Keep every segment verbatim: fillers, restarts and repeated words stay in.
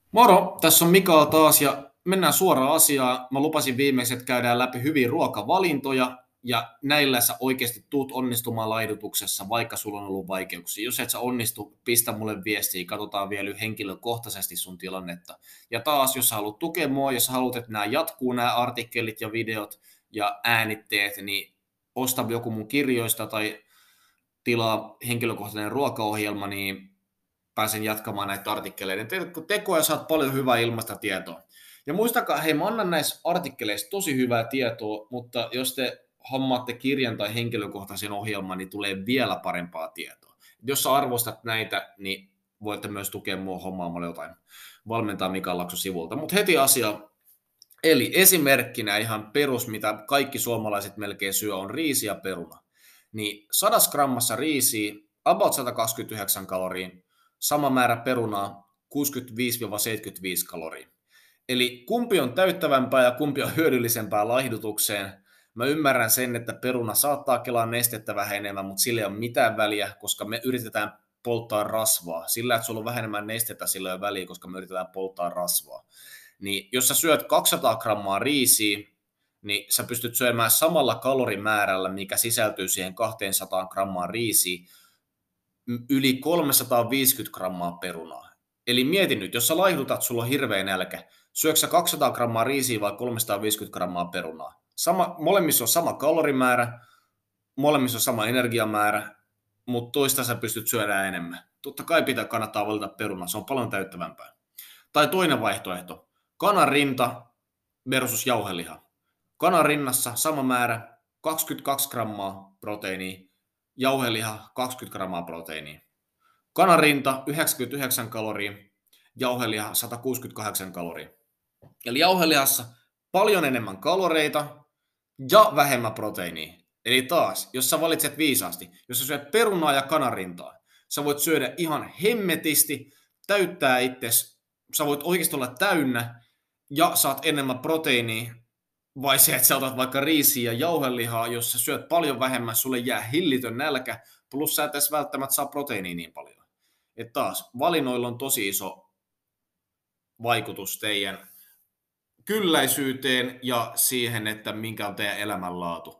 Moro, tässä on Mikael taas ja mennään suoraan asiaan. Mä lupasin viimeksi, että käydään läpi hyviä ruokavalintoja ja näillä sä oikeasti tuut onnistumaan laihdutuksessa, vaikka sulla on ollut vaikeuksia. Jos et sä onnistu, pistä mulle viestiä, katsotaan vielä henkilökohtaisesti sun tilannetta. Ja taas, jos sä haluat tukea mua, jos sä haluat, että nämä jatkuu, nämä artikkelit ja videot ja äänitteet, niin osta joku mun kirjoista tai tilaa henkilökohtainen ruokaohjelma, niin pääsen jatkamaan näitä artikkeleita. Tekoja saat paljon hyvää ilmasta tietoa. Ja muistakaa, hei, mä annan näissä artikkeleissa tosi hyvää tietoa, mutta jos te hommaatte kirjan tai henkilökohtaisen ohjelman, niin tulee vielä parempaa tietoa. Jos sä arvostat näitä, niin voitte myös tukea mua hommaamalla jotain valmentaa Mikael Lakso sivulta. Mutta heti asia. Eli esimerkkinä ihan perus, mitä kaikki suomalaiset melkein syö, on riisi ja peruna. Niin sadassa grammassa riisiä, about sata kaksikymmentäyhdeksän kaloria, sama määrä perunaa, kuusikymmentäviisi seitsemänkymmentäviisi kaloria. Eli kumpi on täyttävämpää ja kumpi on hyödyllisempää laihdutukseen? Mä ymmärrän sen, että peruna saattaa kelaa nestettä vähän enemmän, mutta sillä ei ole mitään väliä, koska me yritetään polttaa rasvaa. Sillä, että sulla on vähän enemmän nestettä, sillä ei ole väliä, koska me yritetään polttaa rasvaa. Niin jos sä syöt kaksisataa grammaa riisiä, niin sä pystyt syömään samalla kalorimäärällä, mikä sisältyy siihen kaksisataa grammaa riisiä, yli kolmesataaviisikymmentä grammaa perunaa. Eli mieti nyt, jos sä laihdutat, sulla on hirveä nälkä, syöksä sä kaksisataa grammaa riisiä vai kolmesataaviisikymmentä grammaa perunaa? Sama, molemmissa on sama kalorimäärä, molemmissa on sama energiamäärä, mutta toista sä pystyt syödään enemmän. Totta kai pitää kannattaa valita peruna, se on paljon täyttävämpää. Tai toinen vaihtoehto, kananrinta versus jauheliha. Kananrinnassa sama määrä, kaksikymmentäkaksi grammaa proteiinia, jauheliha kaksikymmentä grammaa proteiinia. Kananrinta yhdeksänkymmentäyhdeksän kaloria, jauheliha sata kuusikymmentäkahdeksan kaloria. Eli jauhelihassa paljon enemmän kaloreita ja vähemmän proteiinia. Eli taas, jos sä valitset viisaasti, jos sä syöt perunaa ja kananrintaa, sä voit syödä ihan hemmetisti, täyttää itsesi, sä voit oikeasti olla täynnä ja saat enemmän proteiinia, vai se, että sä otat vaikka riisiä ja jauhelihaa, jos sä syöt paljon vähemmän, sulle jää hillitön nälkä, plus sä et edes välttämättä saa proteiinia niin paljon. Että taas, valinnoilla on tosi iso vaikutus teidän kylläisyyteen ja siihen, että minkä on teidän elämänlaatu.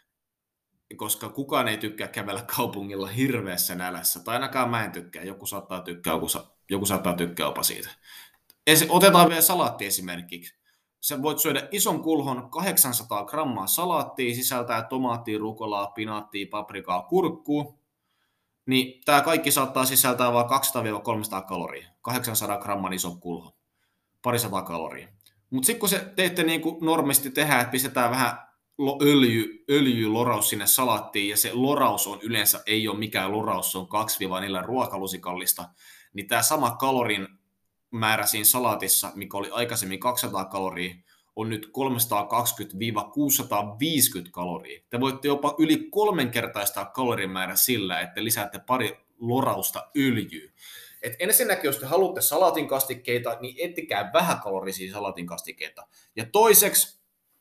Koska kukaan ei tykkää kävellä kaupungilla hirveässä nälässä, tai ainakaan mä en tykkää, joku saattaa tykkää, joku, sa- joku saattaa tykkää jopa siitä. Otetaan vielä salaatti esimerkiksi. Sä voit syödä ison kulhon kahdeksansataa grammaa salaattia, sisältää tomaattia, rukolaa, pinaattia, paprikaa, kurkkuu. Niin tämä kaikki saattaa sisältää vain kaksisataa kolmesataa kaloria. kahdeksansadan gramman iso kulho. Parisataa kaloria. Mutta sitten kun se teette niin kuin normisti tehdään, että pistetään vähän öljy, öljyloraus sinne salaattiin, ja se loraus on yleensä, ei ole mikään loraus, se on kaksi neljä ruokalusikallista, niin tämä sama kalorin määrä siinä salaatissa, mikä oli aikaisemmin kaksisataa kaloria, on nyt kolmesataakaksikymmentä kuusisataaviisikymmentä kaloria. Te voitte jopa yli kolmenkertaistaa kalorimäärä sillä, että lisäätte pari lorausta öljyä. Et ensinnäkin, jos te haluatte salaatin kastikkeita, niin ettikää vähäkalorisia salaatin kastikkeita. Ja toiseksi,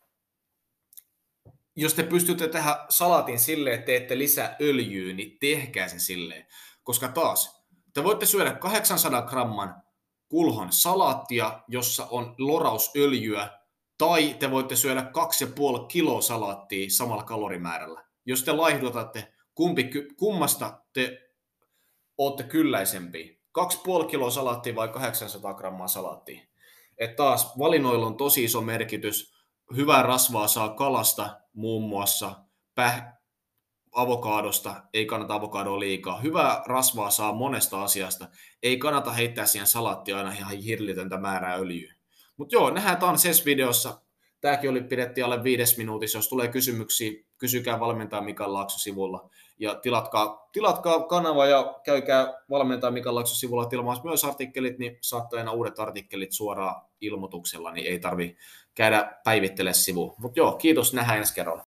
jos te pystytte tehdä salaatin silleen, että teette lisää öljyä, niin tehkää se silleen. Koska taas, te voitte syödä kahdeksansadan gramman kulhon salaattia, jossa on lorausöljyä, tai te voitte syödä kaksi pilkku viisi kiloa salaattia samalla kalorimäärällä. Jos te laihdutatte, kumpi, kummasta te ootte kylläisempiä? kaksi pilkku viisi kiloa salaattia vai kahdeksansataa grammaa salaattia? Et taas valinnoilla on tosi iso merkitys. Hyvää rasvaa saa kalasta muun muassa, päh- avokaadosta, ei kannata avokadoa liikaa. Hyvää rasvaa saa monesta asiasta, ei kannata heittää siihen salaattiin aina ihan hirlitöntä määrää öljyä. Mutta joo, nähdään taas ensi videossa. Tämäkin oli pidettiin alle viides minuutissa. Jos tulee kysymyksiä, kysykää valmentaja Mikael Lakso sivulla. Ja tilatkaa, tilatkaa kanava ja käykää valmentaja Mikael Lakso sivulla tilmaamassa myös artikkelit, niin saatte aina uudet artikkelit suoraan ilmoituksella, niin ei tarvi käydä päivittelemään sivua. Mutta joo, kiitos, nähdään ensi kerralla.